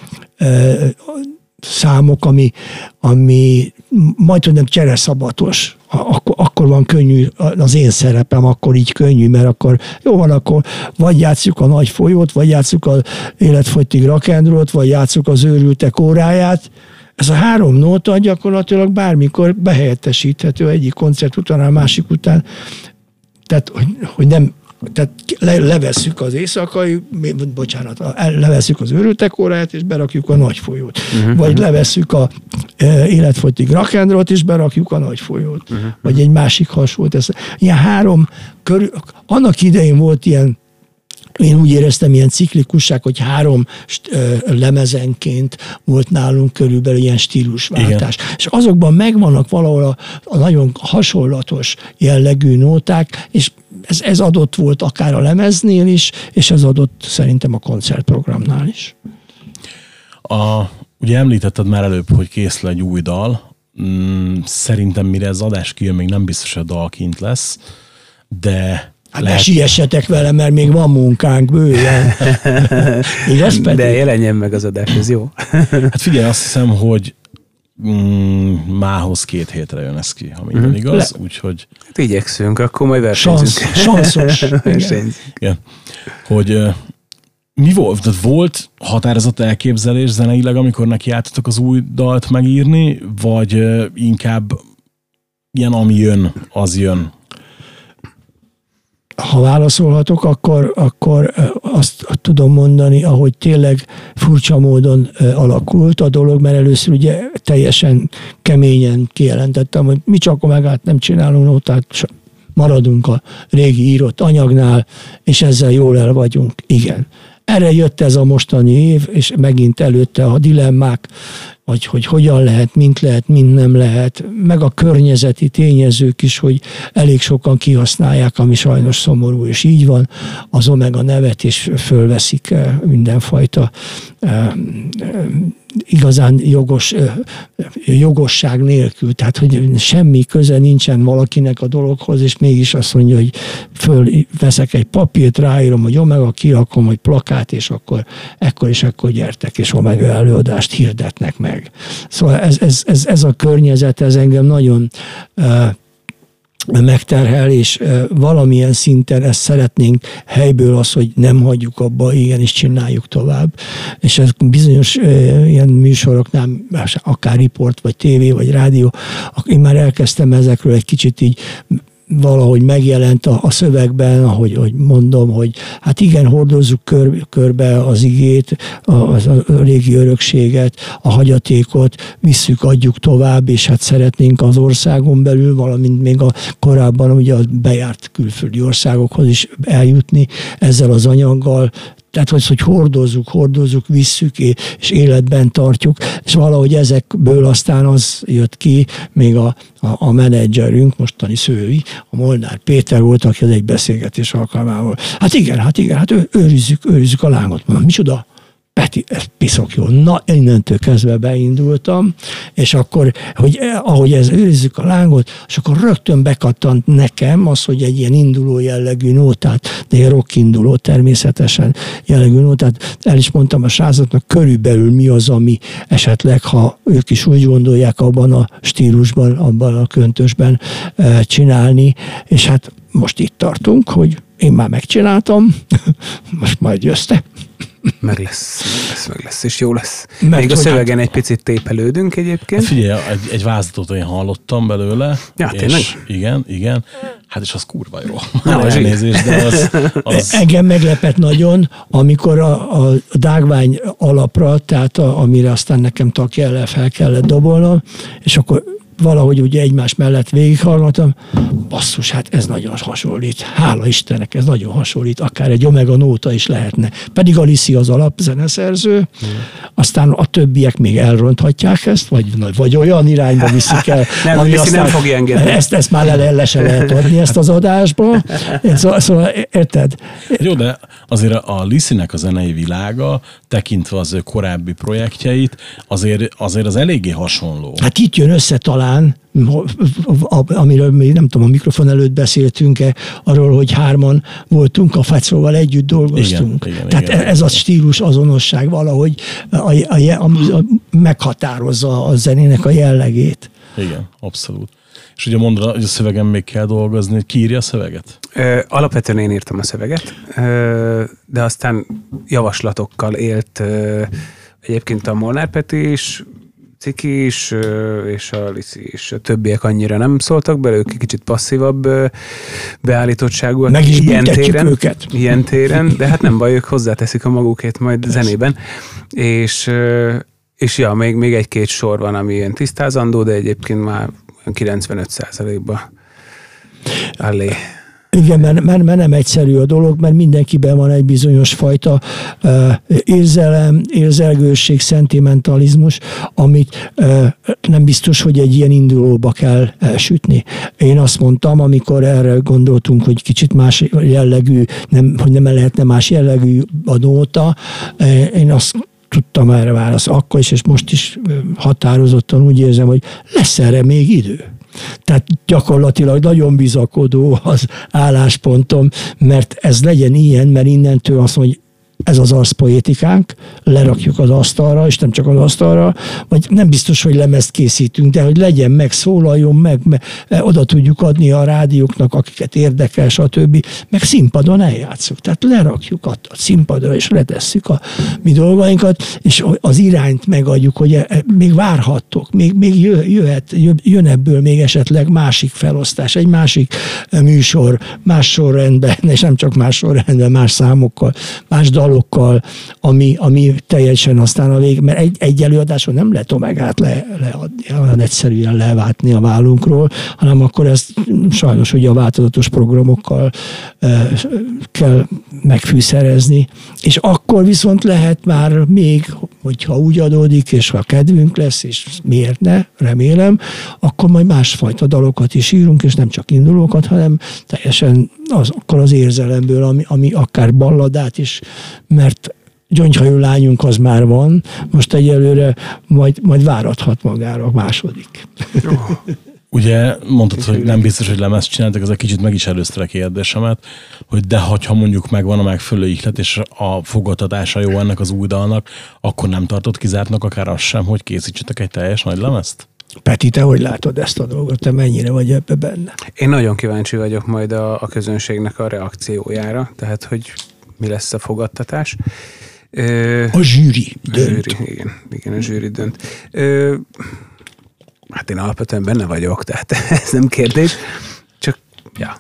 számok, ami majdnem nem csereszabatos. Akkor van könnyű, az én szerepem akkor így könnyű, mert akkor jó van, akkor vagy játsszuk a Nagy folyót, vagy játsszuk az Életfogytig rock and rollt, vagy játsszuk az Őrültek óráját. Ez a 3 nóta gyakorlatilag bármikor behelyettesíthető egyik koncert után, a másik után. Tehát, hogy nem, tehát levesszük az éjszakai, levesszük az Őrültek óráját, és berakjuk a Nagy folyót. Vagy levesszük a Életfogytig rock and rollt, és berakjuk a Nagy folyót. Vagy egy másik hasonlót. Ilyen 3 körül, annak idején volt ilyen, én úgy éreztem ilyen ciklikusság, hogy 3 lemezenként volt nálunk körülbelül ilyen stílusváltás. Igen. És azokban megvannak valahol a nagyon hasonlatos jellegű nóták, és ez adott volt akár a lemeznél is, és ez adott szerintem a koncertprogramnál is. Ugye említetted már előbb, hogy készül egy új dal. Szerintem mire ez adás kijön, még nem biztos, hogy a dal kint lesz, de hát ne siessetek vele, mert még van munkánk bőven. De jelenjen meg az adás, ez jó. Hát figyelj, azt hiszem, hogy mához 2 hétre jön ez ki, ha minden igaz, úgyhogy... Hát igyekszünk, akkor majd versenyzünk. Sanszos. Igen. Hogy mi volt? Tehát volt határozott elképzelés zeneileg, amikor nekiálltatok az új dalt megírni, vagy inkább ilyen ami jön, az jön? ha válaszolhatok, akkor azt tudom mondani, ahogy tényleg furcsa módon alakult a dolog, mert először ugye teljesen keményen kijelentettem, hogy mi csak megállt nem csinálunk nótát, maradunk a régi írott anyagnál, és ezzel jól el vagyunk. Igen. Erre jött ez a mostani év, és megint előtte a dilemmák, hogy hogyan lehet, mint nem lehet, meg a környezeti tényezők is, hogy elég sokan kihasználják, ami sajnos szomorú, és így van, az Omega nevet, és fölveszik mindenfajta igazán jogosság nélkül, tehát hogy semmi köze nincsen valakinek a dologhoz, és mégis azt mondja, hogy fölveszek egy papírt, ráírom, hogy Omega, kirakom, hogy plakát, és akkor gyertek, és Omega előadást hirdetnek meg. Szóval ez a környezet, ez engem nagyon megterhel, és valamilyen szinten ezt szeretnénk helyből az, hogy nem hagyjuk abba, igenis csináljuk tovább. És ez bizonyos ilyen műsoroknál, akár riport, vagy tévé, vagy rádió, én már elkezdtem ezekről egy kicsit így valahogy megjelent a szövegben, ahogy mondom, hogy hát igen, hordozzuk körbe az igét, a régi örökséget, a hagyatékot, visszük, adjuk tovább, és hát szeretnénk az országon belül, valamint még a korábban ugye a bejárt külföldi országokhoz is eljutni ezzel az anyaggal, tehát, hogy hordozzuk, visszük, és életben tartjuk, és valahogy ezekből aztán az jött ki, még a menedzserünk, mostani Szővi, a Molnár Péter volt, aki az egy beszélgetés alkalmával. Hát igen, őrizzük a lángot. Mondom, micsoda? Peti, ez piszok jó. Na, innentől kezdve beindultam, és akkor, ahogy őrizzük a lángot, és akkor rögtön bekattant nekem az, hogy egy ilyen induló jellegű nótát, de egy rock induló természetesen jellegű nótát, el is mondtam a srácoknak, körülbelül mi az, ami esetleg, ha ők is úgy gondolják, abban a stílusban, abban a köntösben csinálni, és hát most itt tartunk, hogy én már megcsináltam, most majd jössz te. Meg lesz, és jó lesz. Még a szövegen egy picit tépelődünk egyébként. Figyelj, egy vázlatot én hallottam belőle. Ja, tényleg? Igen. Hát és az kurva jó. Elnézést, de az... Engem meglepett nagyon, amikor a dágvány alapra, tehát amire aztán nekem takjellel fel kellett dobolnom, és akkor valahogy ugye egymás mellett végighallgatom, basszus, hát ez nagyon hasonlít. Hála Istennek, ez nagyon hasonlít, akár egy Omega nóta is lehetne. Pedig a Liszi az alapzeneszerző, aztán a többiek még elronthatják ezt, vagy olyan irányba viszik el. Nem, Liszi nem fogja engedni. Ezt már le se lehet adni, ezt az adásba. Szóval érted? Jó, de azért a Liszinek a zenei világa, tekintve az ő korábbi projektjeit, azért az eléggé hasonló. Hát itt jön össze talán, amiről még nem tudom, a mikrofon előtt beszéltünk-e, arról, hogy hárman voltunk, a Fecóval együtt dolgoztunk. Tehát ez a stílus azonosság valahogy meghatározza a zenének a jellegét. Igen, abszolút. És ugye mondod, hogy a szövegen még kell dolgozni, hogy ki írja a szöveget? Alapvetően én írtam a szöveget, de aztán javaslatokkal élt egyébként a Molnár Peti is, Ciki is, és a Liszi is. A többiek annyira nem szóltak bele, ők kicsit passzívabb beállítottságúak. Meg is büntetjük őket. Ilyen téren, de hát nem baj, ők hozzáteszik a magukét majd zenében. És ja, még egy-két sor van, ami ilyen tisztázandó, de egyébként már 95%-ba állé. Igen, mert nem egyszerű a dolog, mert mindenkiben van egy bizonyos fajta érzelem, érzelgőség, szentimentalizmus, amit nem biztos, hogy egy ilyen indulóba kell elsütni. Én azt mondtam, amikor erre gondoltunk, hogy kicsit más jellegű, hogy nem lehetne más jellegű a nóta, én azt tudtam erre választ akkor is, és most is határozottan úgy érzem, hogy lesz erre még idő. Tehát gyakorlatilag nagyon bizakodó az álláspontom, mert ez legyen ilyen, mert innentől azt mondja, ez az arszpoétikánk, lerakjuk az asztalra, és nem csak az asztalra, vagy nem biztos, hogy lemezt készítünk, de hogy legyen meg, szólaljon meg, oda tudjuk adni a rádióknak, akiket érdekel, stb. Meg színpadon eljátszunk. Tehát lerakjuk a színpadra, és letesszük a mi dolgainkat, és az irányt megadjuk, hogy még várhattok, még jön ebből még esetleg másik felosztás, egy másik műsor, más sorrendben, és nem csak más sorrendben, más számokkal, más dalokkal, ami teljesen aztán a vég, mert egy előadáson nem lehet Omegát leadni, olyan egyszerűen leváltni a vállunkról, hanem akkor ezt sajnos ugye a változatos programokkal kell megfűszerezni, és akkor viszont lehet már még, hogyha úgy adódik, és ha kedvünk lesz, és miért ne, remélem, akkor majd másfajta dalokat is írunk, és nem csak indulókat, hanem teljesen akkor az érzelemből, ami akár balladát is, mert Gyöngyhajú lányunk az már van, most egyelőre majd várathat magára a második. Ugye mondtad, hogy nem biztos, hogy lemezt csináltak, ez egy kicsit meg is előzte a kérdésemet, hogy de ha mondjuk megvan a megfelelő ihlet, és a fogadtatása jó ennek az új dalnak, akkor nem tartott kizártnak akár azt sem, hogy készítsetek egy teljes nagy lemezt? Peti, te hogy látod ezt a dolgot? Te mennyire vagy ebbe benne? Én nagyon kíváncsi vagyok majd a közönségnek a reakciójára, tehát hogy mi lesz a fogadtatás. A zsűri dönt. Igen, a zsűri dönt. Hát én alapvetően benne vagyok, tehát ez nem kérdés. Csak, ja.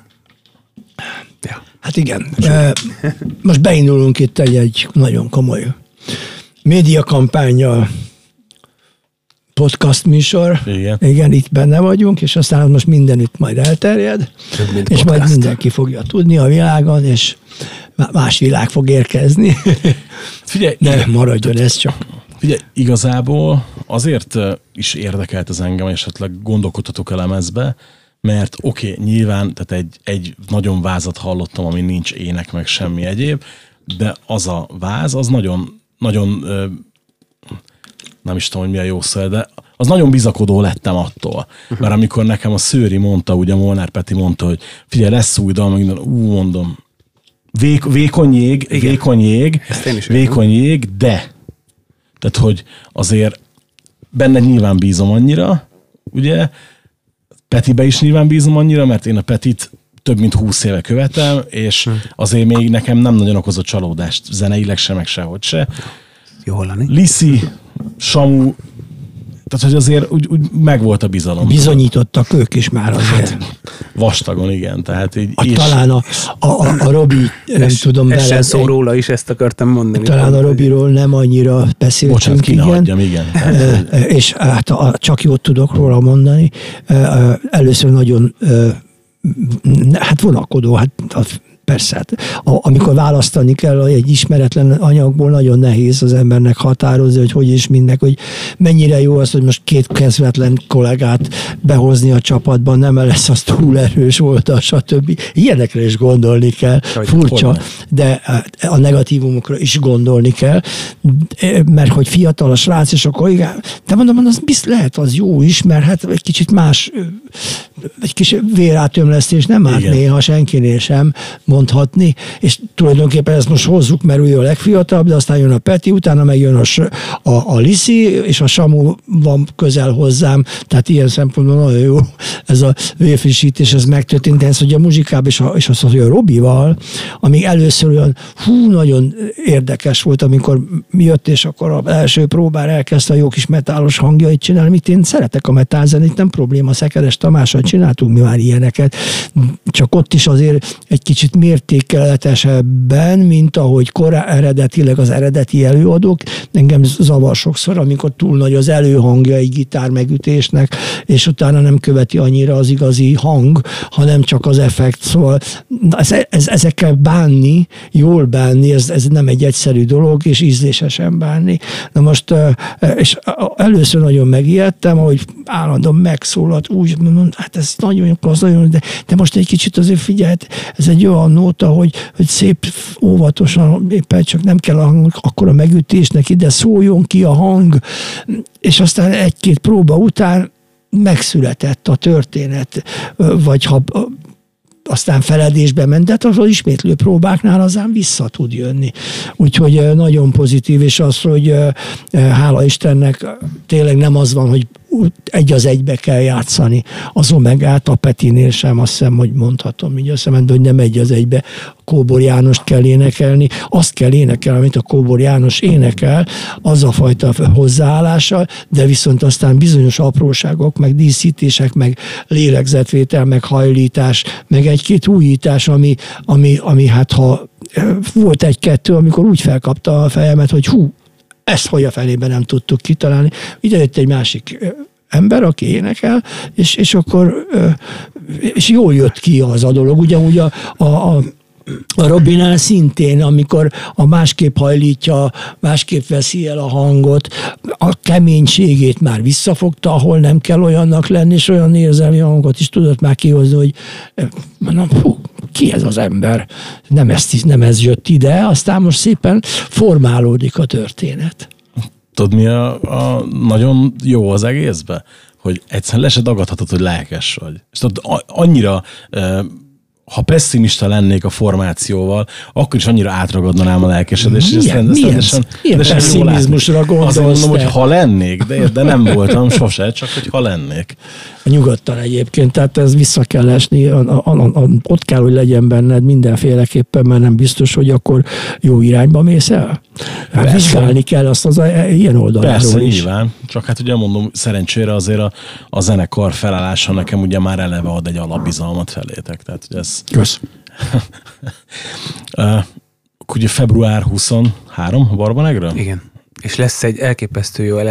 Hát igen. Most beindulunk itt egy nagyon komoly médiakampánnyal, podcast műsor. Igen, itt benne vagyunk, és aztán most mindenütt majd elterjed, és majd mindenki fogja tudni a világon, és más világ fog érkezni. Figyelj, de maradjon ez csak. Figyelj, igazából azért is érdekelt az engem, és esetleg gondolkodhatok a lemezbe, mert oké, nyilván, tehát egy nagyon vázat hallottam, ami nincs ének, meg semmi egyéb, de az a váz, az nagyon nem is tudom, hogy mi a jó szó, de az nagyon bizakodó lettem attól. Mert amikor nekem a Szőri mondta, ugye Molnár Peti mondta, hogy figyelj, lesz új dal, meg mondom, vékony jég, de tehát, hogy azért benne nyilván bízom annyira, ugye, Petibe is nyilván bízom annyira, mert én a Petit több mint 20 éve követem, és azért még nekem nem nagyon okozott csalódást zeneileg se, meg sehogy se. Jó hallani. Liszi, Samu, tehát, hogy azért úgy megvolt a bizalom. Bizonyítottak ők is már azért. Vastagon, igen. Tehát így, talán a Robi, nem tudom vele. Essen szó róla is, ezt akartam mondani. Talán a Robiról nem annyira beszéltünk, igen. És hát csak jót tudok róla mondani. Először nagyon vonakodó, persze, hát, amikor választani kell egy ismeretlen anyagból, nagyon nehéz az embernek határozni, hogy és mindnek, hogy mennyire jó az, hogy most két kezdetlen kollégát behozni a csapatban, nem lesz az túl erős oldal, stb. Ilyenekre is gondolni kell. Furcsa, de a negatívumokra is gondolni kell, mert hogy fiatal a srác, és akkor igen, de mondom, az biztos lehet az jó is, mert hát egy kicsit más, egy kis vérátömlesztés nem árt néha senkinél sem mondhatni, és tulajdonképpen ezt most hozzuk, mert ő a legfiatalabb, de aztán jön a Peti, utána meg jön a Liszi, és a Samu van közel hozzám, tehát ilyen szempontból nagyon jó ez a vérfrissítés, ez megtörtént, de ez, hogy a muzsikában és az, hogy a Robival, amíg először olyan nagyon érdekes volt, amikor jött, és akkor az első próbára elkezdte a jó kis metálos hangjait csinálni, mit én szeretek a metálzenét, nem probléma, Szekeres Tamással csináltunk mi már ilyeneket, csak ott is azért egy kicsit mértékeletesebben, mint ahogy eredetileg az eredeti előadók. Engem zavar sokszor, amikor túl nagy az előhangja egy gitár megütésnek, és utána nem követi annyira az igazi hang, hanem csak az effekt. Szóval ezekkel bánni, jól bánni, ez nem egy egyszerű dolog, és ízlésesen bánni. Na most, és először nagyon megijedtem, ahogy állandóan megszólalt, úgy mondom, hát ez nagyon klassz, de most egy kicsit azért figyelt, ez egy olyan nóta, hogy szép óvatosan, éppen csak nem kell akkor a megütésnek ide szóljon ki a hang, és aztán egy-két próba után megszületett a történet, vagy ha aztán feledésbe ment, de az ismétlő próbáknál aztán vissza tud jönni. Úgyhogy nagyon pozitív, és az, hogy hála Istennek tényleg nem az van, hogy egy az egybe kell játszani. Az Omegát a Petinél sem, azt hiszem, hogy mondhatom így azt hiszem, hogy nem egy az egybe. Kóbor Jánost kell énekelni, azt kell énekelni, amit a Kóbor János énekel, az a fajta hozzáállással, de viszont aztán bizonyos apróságok, meg díszítések, meg lélegzetvétel, meg hajlítás, meg egy-két újítás, ami hát ha volt egy-kettő, amikor úgy felkapta a fejemet, hogy ezt hogy a felében nem tudtuk kitalálni. Ide jött egy másik ember, aki énekel, és akkor és jól jött ki az a dolog. Ugyanúgy a Robinál szintén, amikor a másképp hajlítja, másképp veszi el a hangot, a keménységét már visszafogta, ahol nem kell olyannak lenni, és olyan érzelmi hangot is tudott már kihozni, hogy ki ez az ember? Nem ez jött ide, aztán most szépen formálódik a történet. Tudod, mi a nagyon jó az egészben? Hogy egyszerűen le se dagadhatod, hogy lelkes vagy. És tudod, annyira... ha pessimista lennék a formációval, akkor is annyira átragadnám a lelkesedést. Milyen pessimizmusra gondolsz? Azt mondom, hogy ha lennék, de nem voltam sose, csak hogy ha lennék. Nyugodtan egyébként, tehát ez vissza kell esni, ott kell, hogy legyen benned mindenféleképpen, mert nem biztos, hogy akkor jó irányba mész el. Hát vizsgálni kell azt az ilyen oldaláról is. Persze, nyilván. Csak hát ugye mondom, szerencsére azért a zenekar felállása nekem ugye már eleve ad egy alapbizalmat felétek. Tehát, hogy ez... Kösz. Ugye február 23 a Barbanegről? Igen. És lesz egy elképesztő jó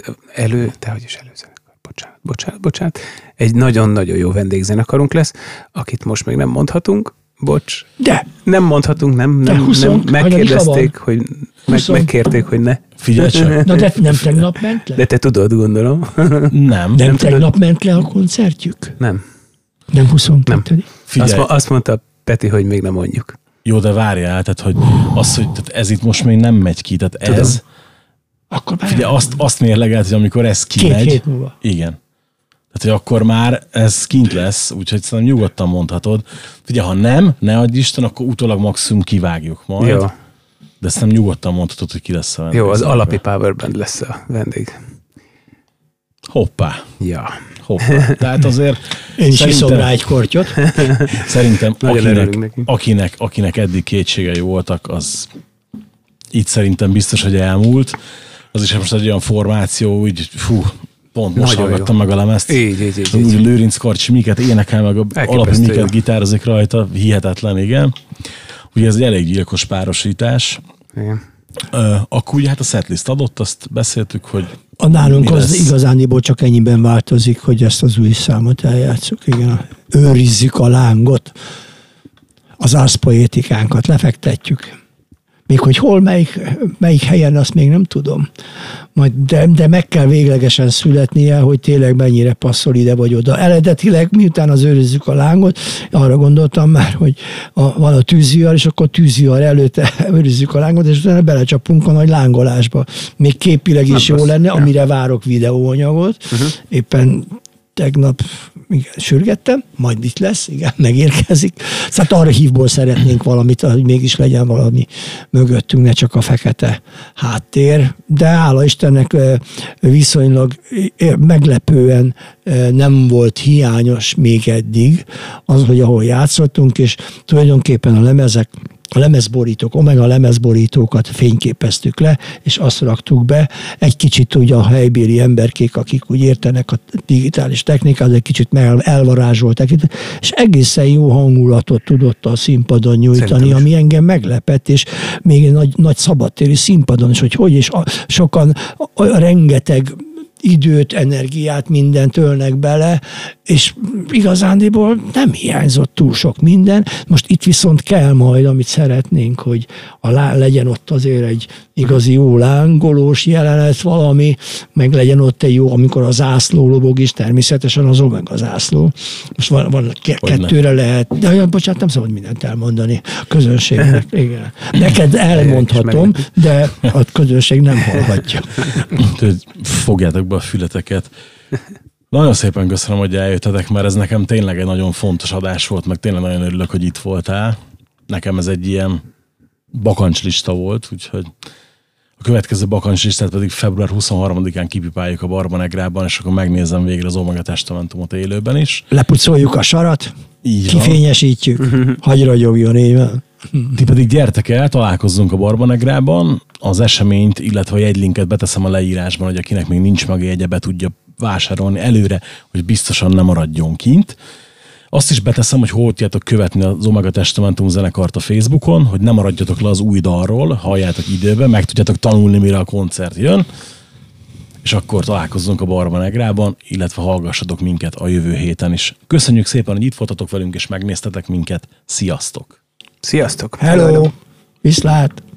bocsánat. Egy nagyon-nagyon jó vendégzenekarunk lesz, akit most még nem mondhatunk. Bocs. De. Nem mondhatunk, nem megkérdezték, hogy megkérték, hogy ne. Figyelj csak. Na de nem tegnap ment le? De te tudod, gondolom. Nem. Nem tegnap ment le a koncertjük? Nem. Nem 22. Azt mondta Peti, hogy még nem mondjuk. Jó, de várjál, tehát, hogy tehát ez itt most még nem megy ki, tehát tudom. Ez... Akkor már figyelj, azt mérlegelt, hogy amikor ez kimegy... 2 hét múlva. Igen. Tehát, hogy akkor már ez kint lesz, úgyhogy szerintem nyugodtan mondhatod. Figyelj, ha nem, ne adj Isten, akkor utólag maximum kivágjuk majd. Jó. De szerintem nyugodtan mondhatod, hogy ki lesz a vendég. Jó, az Alapi Powerband lesz a vendég. Hoppá. Ja. Hoppá. Tehát azért... Én is iszom rá egy kortyot. Szerintem akinek eddig kétségei voltak, az itt szerintem biztos, hogy elmúlt. Az is most egy olyan formáció, úgy pont most hallgattam meg a lemezt. Így. Úgy Lőrinc Karcsi miket énekel, meg Alapi miket gitározik rajta. Hihetetlen, igen. Ugye ez egy elég gyilkos párosítás. Igen. Akkor ugye hát a setlist adott, azt beszéltük, hogy A nálunk az igazániból csak ennyiben változik, hogy ezt az új számot eljátszuk. Igen, őrizzük a lángot, az arszpoétikánkat lefektetjük. Még hogy hol, melyik helyen, azt még nem tudom. De meg kell véglegesen születnie, hogy tényleg mennyire passzol ide vagy oda. Eredetileg, miután az őrizzük a lángot, arra gondoltam már, hogy van a tűzvihar, és akkor tűzvihar előtt őrizzük a lángot, és utána belecsapunk a nagy lángolásba. Még képileg is jó lenne, amire várok videóanyagot. Éppen tegnap sürgettem, majd itt lesz, igen, megérkezik. Szóval archívból szeretnénk valamit, hogy mégis legyen valami mögöttünk, ne csak a fekete háttér. De hála Istennek viszonylag meglepően nem volt hiányos még eddig az, hogy ahol játszottunk, és tulajdonképpen a lemezborítók, Omega lemezborítókat fényképeztük le, és azt raktuk be. Egy kicsit ugye a helybéli emberkék, akik úgy értenek a digitális technikát, egy kicsit elvarázsolták, és egészen jó hangulatot tudott a színpadon nyújtani, ami engem meglepett, és még egy nagy szabadtéri színpadon is, hogy és sokan rengeteg időt, energiát, mindent ölnek bele, és igazándiból nem hiányzott túl sok minden. Most itt viszont kell majd, amit szeretnénk, hogy legyen ott azért egy igazi jó lángolós jelenet valami, meg legyen ott egy jó, amikor a zászló lobog is, természetesen az Omega zászló. Most van kettőre lehet, de bocsánat, nem szabad mindent elmondani a közönségnek. Igen. Neked elmondhatom, de a közönség nem hallhatja. Fogjátok be a fületeket. Nagyon szépen köszönöm, hogy eljöttetek, mert ez nekem tényleg egy nagyon fontos adás volt, meg tényleg nagyon örülök, hogy itt voltál. Nekem ez egy ilyen bakancslista volt, úgyhogy a következő bakancslistát pedig február 23-án kipipáljuk a Barbanegrában, és akkor megnézem végre az Omega Testamentumot élőben is. Lepucoljuk a sarat, Így van. kifényesítjük, hagy ragyogjon éven. Ti pedig gyertek el, találkozzunk a Barbanegrában, az eseményt, illetve a jegylinket beteszem a leírásban, hogy akinek még nincs meg jegye, be tudja vásárolni előre, hogy biztosan nem maradjon kint. Azt is beteszem, hogy hol tudjátok követni az Omega Testamentum zenekart a Facebookon, hogy ne maradjatok le az új dalról, halljátok időben, meg tudjátok tanulni, mire a koncert jön, és akkor találkozzunk a Barbanegrában, illetve hallgassatok minket a jövő héten is. Köszönjük szépen, hogy itt voltatok velünk, és megnéztetek minket. Sziasztok! Sziasztok! Hello! Viszlát!